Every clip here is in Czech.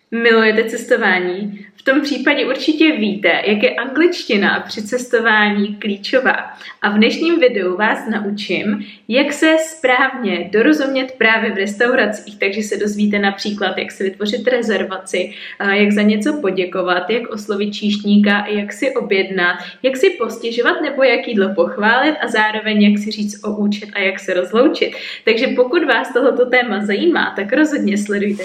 Milujete cestování? V tom případě určitě víte, jak je angličtina při cestování klíčová. A v dnešním videu vás naučím, jak se správně dorozumět právě v restauracích. Takže se dozvíte například, jak si vytvořit rezervaci, jak za něco poděkovat, jak oslovit číšníka, jak si objednat, jak si postěžovat nebo jak jídlo pochválit a zároveň jak si říct o účet a jak se rozloučit. Takže pokud vás tohoto téma zajímá, tak rozhodně sledujte.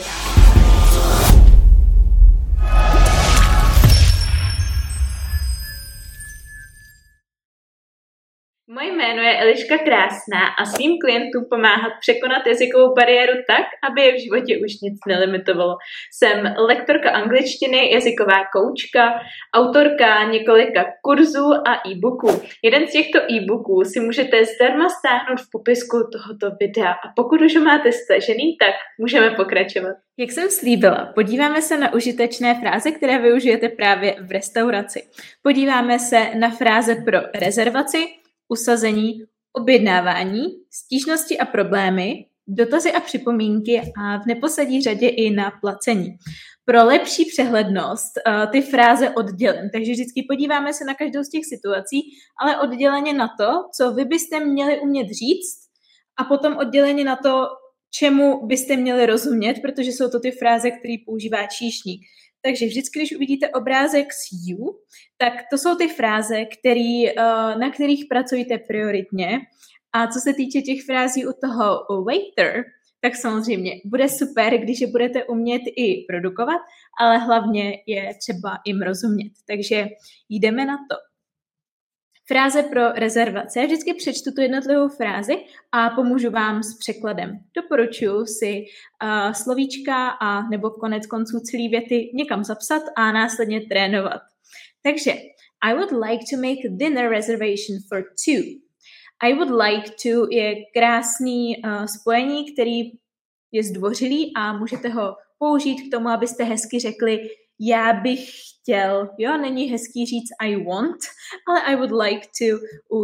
Moje jméno je Eliška Krásná a svým klientům pomáhat překonat jazykovou bariéru tak, aby je v životě už nic nelimitovalo. Jsem lektorka angličtiny, jazyková koučka, autorka několika kurzů a e-booků. Jeden z těchto e-booků si můžete zdarma stáhnout v popisku tohoto videa a pokud už ho máte stažený, tak můžeme pokračovat. Jak jsem slíbila, podíváme se na užitečné fráze, které využijete právě v restauraci. Podíváme se na fráze pro rezervaci, usazení, objednávání, stížnosti a problémy, dotazy a připomínky a v neposlední řadě i na placení. Pro lepší přehlednost ty fráze oddělím, takže vždycky podíváme se na každou z těch situací, ale odděleně na to, co vy byste měli umět říct a potom odděleně na to, čemu byste měli rozumět, protože jsou to ty fráze, které používá číšník. Takže vždycky, když uvidíte obrázek s you, tak to jsou ty fráze, na kterých pracujete prioritně. A co se týče těch frází u toho waiter, tak samozřejmě bude super, když je budete umět i produkovat, ale hlavně je třeba jim rozumět. Takže jdeme na to. Fráze pro rezervace. Já vždycky přečtu tu jednotlivou frázi a pomůžu vám s překladem. Doporučuji si slovíčka a nebo konec konců celý věty někam zapsat a následně trénovat. Takže I would like to make a dinner reservation for 2. I would like to je krásný spojení, který je zdvořilý a můžete ho použít k tomu, abyste hezky řekli já bych chtěl, jo, není hezký říct I want, ale I would like to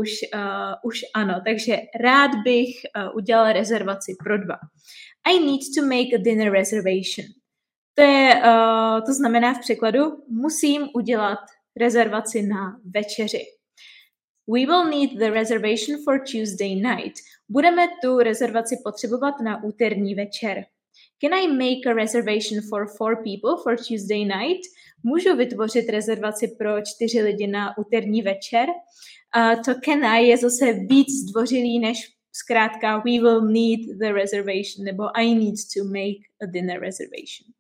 už ano, takže rád bych udělal rezervaci pro 2. I need to make a dinner reservation. To znamená v překladu, musím udělat rezervaci na večeři. We will need the reservation for Tuesday night. Budeme tu rezervaci potřebovat na úterní večer. Can I make a reservation for 4 people for Tuesday night? Můžu vytvořit rezervaci pro 4 lidi na úterní večer? To can I je zase víc zdvořilý než zkrátka we will need the reservation nebo I need to make a dinner reservation.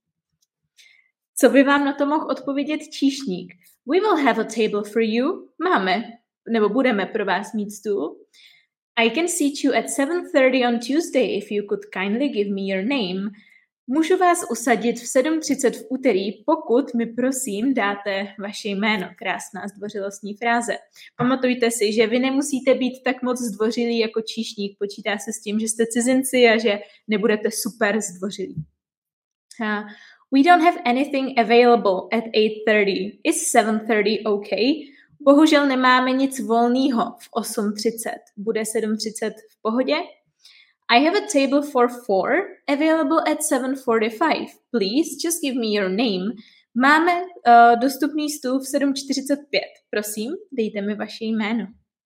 Co by vám na to mohl odpovědět číšník? We will have a table for you. Máme, nebo budeme pro vás mít stůl. I can seat you at 7:30 on Tuesday if you could kindly give me your name. Můžu vás usadit v 7:30 v úterý, pokud mi prosím dáte vaše jméno. Krásná zdvořilostní fráze. Pamatujte si, že vy nemusíte být tak moc zdvořilí jako číšník. Počítá se s tím, že jste cizinci a že nebudete super zdvořilí. We don't have anything available at 8:30. Is 7:30 okay? Bohužel nemáme nic volného v 8:30. Bude 7:30 v pohodě? I have a table for 4 available at 7:45. Please just give me your name. Máme dostupný stůl v 7:45. Prosím, dejte mi vaše jméno.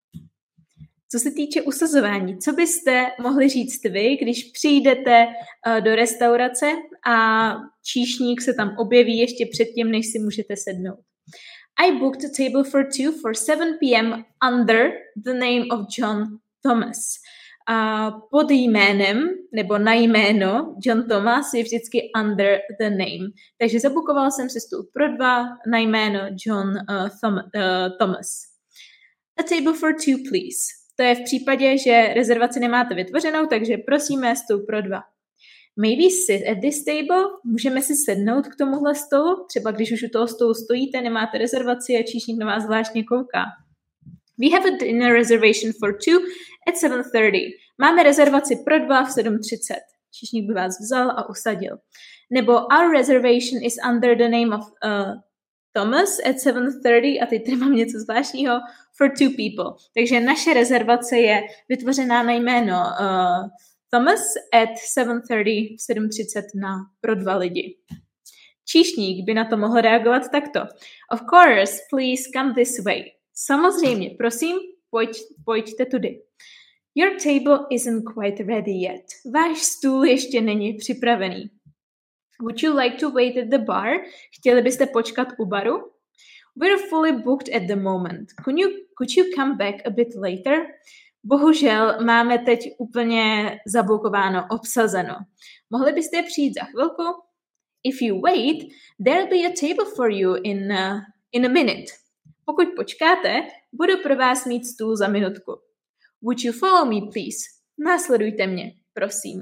Co se týče usazování, co byste mohli říct vy, když přijdete do restaurace a číšník se tam objeví ještě předtím, než si můžete sednout? I booked a table for 2 for 7 p.m. under the name of John Thomas. Pod jménem nebo na jméno John Thomas je vždycky under the name. Takže zabukoval jsem si stůl pro 2 na jméno John Thomas. A table for 2, please. To je v případě, že rezervaci nemáte vytvořenou, takže prosíme stůl pro 2. Maybe sit at this table. Můžeme si sednout k tomuhle stolu. Třeba když už u toho stolu stojíte, nemáte rezervaci a číšník na vás zvláštně kouká. We have a dinner reservation for 2 at 7:30. Máme rezervaci pro 2 v 7:30. Číšník by vás vzal a usadil. Nebo our reservation is under the name of Thomas at 7:30 a teď tady mám něco zvláštního for 2 people. Takže naše rezervace je vytvořená na jméno Thomas at 7:30 v 7:30 pro 2 lidi. Číšník by na to mohl reagovat takto. Of course, please come this way. Samozřejmě, prosím, pojďte tudy. Your table isn't quite ready yet. Váš stůl ještě není připravený. Would you like to wait at the bar? Chtěli byste počkat u baru? We're fully booked at the moment. Could you come back a bit later? Bohužel máme teď úplně zabukováno, obsazeno. Mohli byste přijít za chvilku? If you wait, there'll be a table for you in a minute. Pokud počkáte, budu pro vás mít stůl za minutku. Would you follow me, please? Následujte mě, prosím.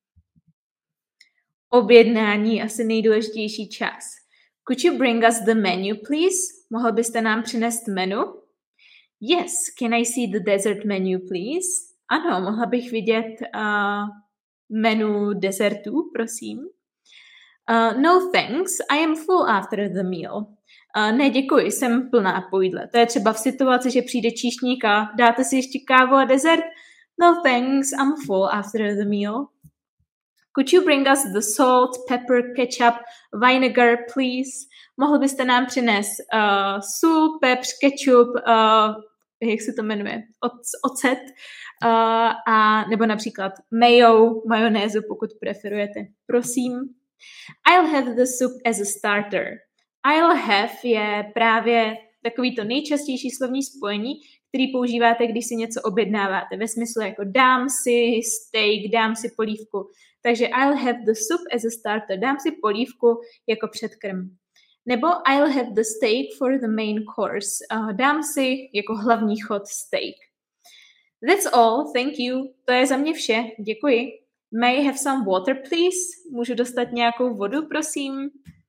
Objednání asi nejdůležitější čas. Could you bring us the menu, please? Mohl byste nám přinést menu? Yes, can I see the dessert menu, please? Ano, mohla bych vidět menu desertů, prosím. No thanks, I am full after the meal. Ne, děkuji, jsem plná po jídle. To je třeba v situaci, že přijde číšník a dáte si ještě kávu a dezert. No thanks, I'm full after the meal. Could you bring us the salt, pepper, ketchup, vinegar, please? Mohl byste nám přinést sůl, pepř, ketchup, jak se to jmenuje, ocet, a nebo například majonézu, pokud preferujete. Prosím. I'll have the soup as a starter. I'll have je právě takový to nejčastější slovní spojení, který používáte, když si něco objednáváte. Ve smyslu jako dám si steak, dám si polívku. Takže I'll have the soup as a starter. Dám si polívku jako předkrm. Nebo I'll have the steak for the main course. Dám si jako hlavní chod steak. That's all, thank you. To je za mě vše, děkuji. May I have some water, please? Můžu dostat nějakou vodu, prosím?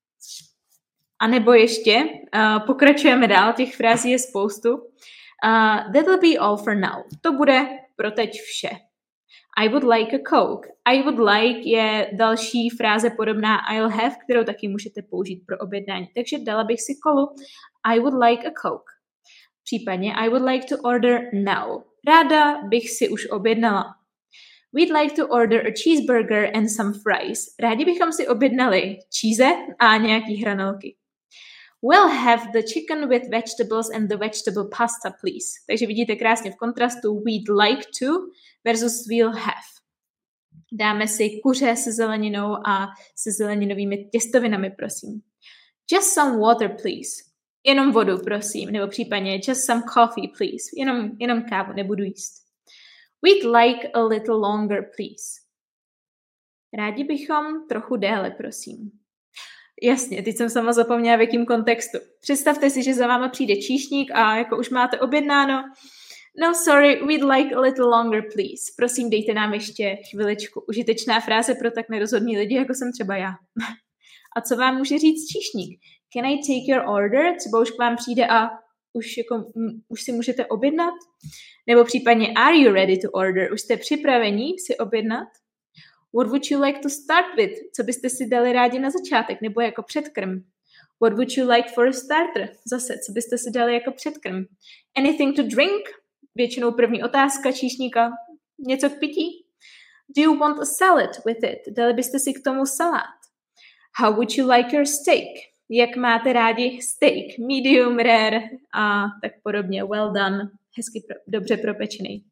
A nebo ještě, pokračujeme dál, těch frází je spoustu. That'll be all for now. To bude pro teď vše. I would like a Coke. I would like je další fráze podobná I'll have, kterou taky můžete použít pro objednání. Takže dala bych si kolu. I would like a Coke. Případně I would like to order now. Ráda bych si už objednala. We'd like to order a cheeseburger and some fries. Rádi bychom si objednali cheese a nějaký hranolky. We'll have the chicken with vegetables and the vegetable pasta, please. Takže vidíte krásně v kontrastu we'd like to versus we'll have. Dáme si kuře se zeleninou a se zeleninovými těstovinami, prosím. Just some water, please. Jenom vodu, prosím. Nebo případně just some coffee, please. Jenom kávu, nebudu jíst. We'd like a little longer, please. Rádi bychom trochu déle, prosím. Jasně, teď jsem sama zapomněla v jakém kontextu. Představte si, že za váma přijde číšník a jako už máte objednáno. No sorry, we'd like a little longer, please. Prosím, dejte nám ještě chviličku. Užitečná fráze pro tak nerozhodní lidi, jako jsem třeba já. A co vám může říct číšník? Can I take your order? Třeba už k vám přijde a už si můžete objednat? Nebo případně are you ready to order? Už jste připraveni si objednat? What would you like to start with? Co byste si dali rádi na začátek nebo jako předkrm? What would you like for a starter? Zase, co byste si dali jako předkrm? Anything to drink? Většinou první otázka číšníka. Něco k pití? Do you want a salad with it? Dali byste si k tomu salát? How would you like your steak? Jak máte rádi steak? Medium, rare a tak podobně. Well done. Hezky dobře propečený.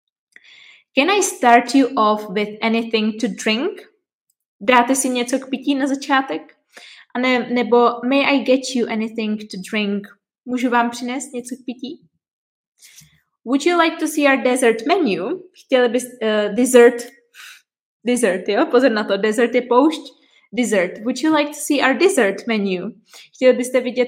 Can I start you off with anything to drink? Dáte si něco k pití na začátek? A nebo may I get you anything to drink? Můžu vám přinést něco k pití? Would you like to see our dessert menu? Chtěli byste dessert, jo? Pozor na to, dessert je poušť. Dessert. Would you like to see our dessert menu? Chtěli byste vidět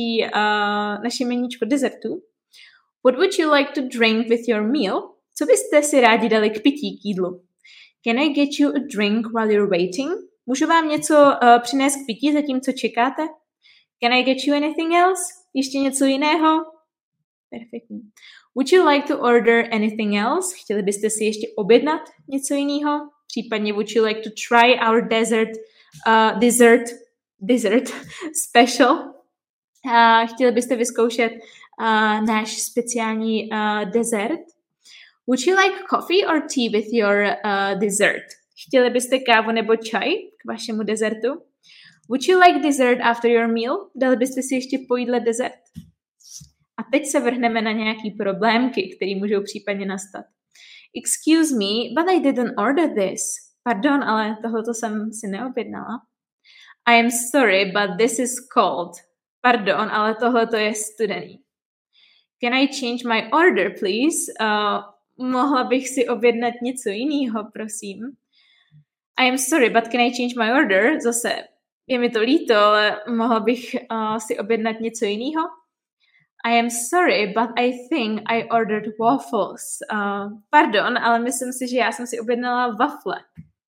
naši meníčko desertu? What would you like to drink with your meal? Co byste si rádi dali k pití k jídlu? Can I get you a drink while you're waiting? Můžu vám něco přinést k pití zatímco čekáte? Can I get you anything else? Ještě něco jiného? Perfektní. Would you like to order anything else? Chtěli byste si ještě objednat něco jiného? Případně would you like to try our dessert special? Chtěli byste vyzkoušet náš speciální dessert? Would you like coffee or tea with your dessert? Chtěli byste kávu nebo čaj k vašemu desertu? Would you like dessert after your meal? Dali byste si ještě po jídle dezert? A teď se vrhneme na nějaký problémky, které můžou případně nastat. Excuse me, but I didn't order this. Pardon, ale tohleto jsem si neobjednala. I am sorry, but this is cold. Pardon, ale tohleto je studený. Can I change my order, please? Mohla bych si objednat něco jiného, prosím. I am sorry, but can I change my order? Zase, je mi to líto, ale mohla bych si objednat něco jiného? I am sorry, but I think I ordered waffles. Pardon, ale myslím si, že já jsem si objednala wafle.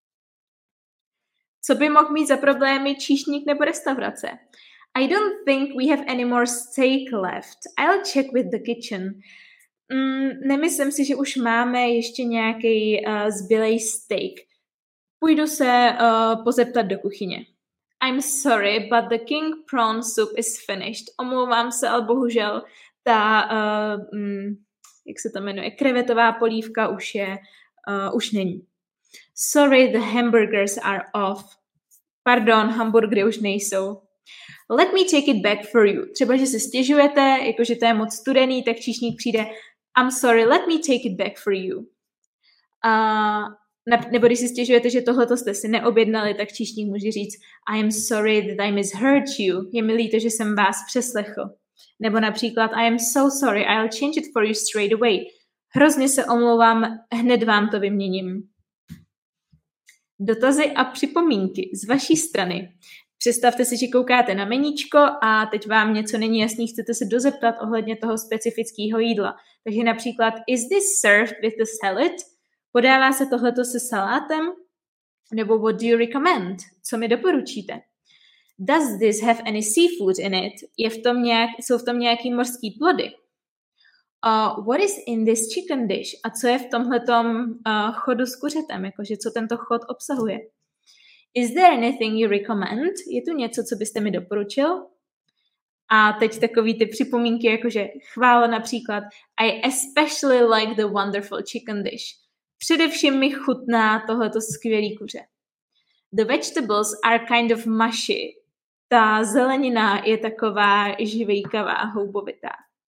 Co by mohl mít za problémy číšník nebo restaurace? I don't think we have any more steak left. I'll check with the kitchen. Nemyslím si, že už máme ještě nějaký zbylej steak. Půjdu se pozeptat do kuchyně. I'm sorry, but the king prawn soup is finished. Omlouvám se, ale bohužel ta, jak se to jmenuje, krevetová polívka už není. Sorry, the hamburgers are off. Pardon, hamburgery už nejsou. Let me take it back for you. Třeba, že se stěžujete, jakože to je moc studený, tak číšník přijde I'm sorry, let me take it back for you. Nebo když si stěžujete, že tohleto jste si neobjednali, tak číšník může říct I am sorry that I misheard you. Je mi líto, že jsem vás přeslechl. Nebo například I am so sorry, I'll change it for you straight away. Hrozně se omlouvám, hned vám to vyměním. Dotazy a připomínky z vaší strany. Představte si, že koukáte na meníčko a teď vám něco není jasný, chcete se dozeptat ohledně toho specifického jídla. Takže například, is this served with the salad? Podává se tohleto se salátem? Nebo what do you recommend? Co mi doporučíte? Does this have any seafood in it? Jsou v tom nějaký mořský plody? What is in this chicken dish? A co je v tomhletom chodu s kuřetem? Jakože co tento chod obsahuje? Is there anything you recommend? Je tu něco, co byste mi doporučil? A teď takový ty připomínky, jakože chvála například I especially like the wonderful chicken dish. Především mi chutná tohleto skvělý kuře. The vegetables are kind of mushy. Ta zelenina je taková žvejkavá, houbovitá.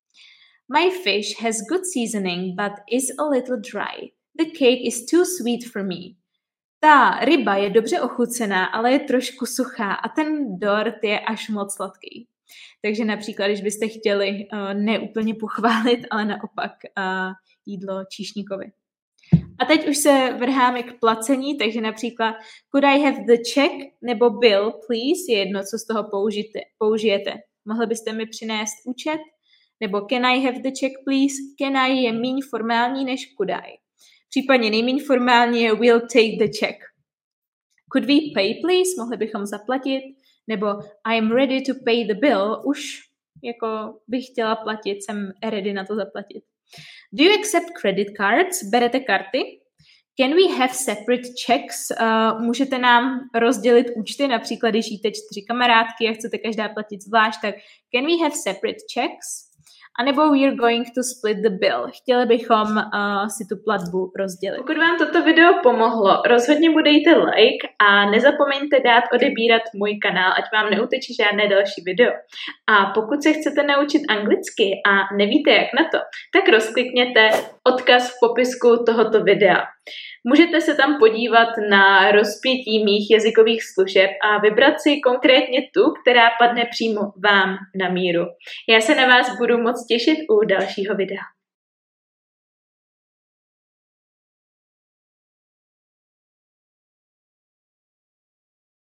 My fish has good seasoning, but is a little dry. The cake is too sweet for me. Ta ryba je dobře ochucená, ale je trošku suchá a ten dort je až moc sladký. Takže například, když byste chtěli neúplně pochválit, ale naopak jídlo číšníkovi. A teď už se vrháme k placení, takže například could I have the check nebo bill, please, je jedno, co z toho použijete. Mohli byste mi přinést účet? Nebo can I have the check, please? Can I je míň formální než could I. Případně nejméně formální je we'll take the check. Could we pay, please? Mohli bychom zaplatit. Nebo I am ready to pay the bill. Už jako bych chtěla platit, jsem ready na to zaplatit. Do you accept credit cards? Berete karty? Can we have separate checks? Můžete nám rozdělit účty, například když jíte 4 kamarádky a chcete každá platit zvlášť, tak can we have separate checks? A nebo we are going to split the bill. Chtěli bychom si tu platbu rozdělit. Pokud vám toto video pomohlo, rozhodně mu dejte like a nezapomeňte dát odebírat můj kanál, ať vám neuteče žádné další video. A pokud se chcete naučit anglicky a nevíte jak na to, tak rozklikněte odkaz v popisku tohoto videa. Můžete se tam podívat na rozpětí mých jazykových služeb a vybrat si konkrétně tu, která padne přímo vám na míru. Já se na vás budu moc těšit u dalšího videa.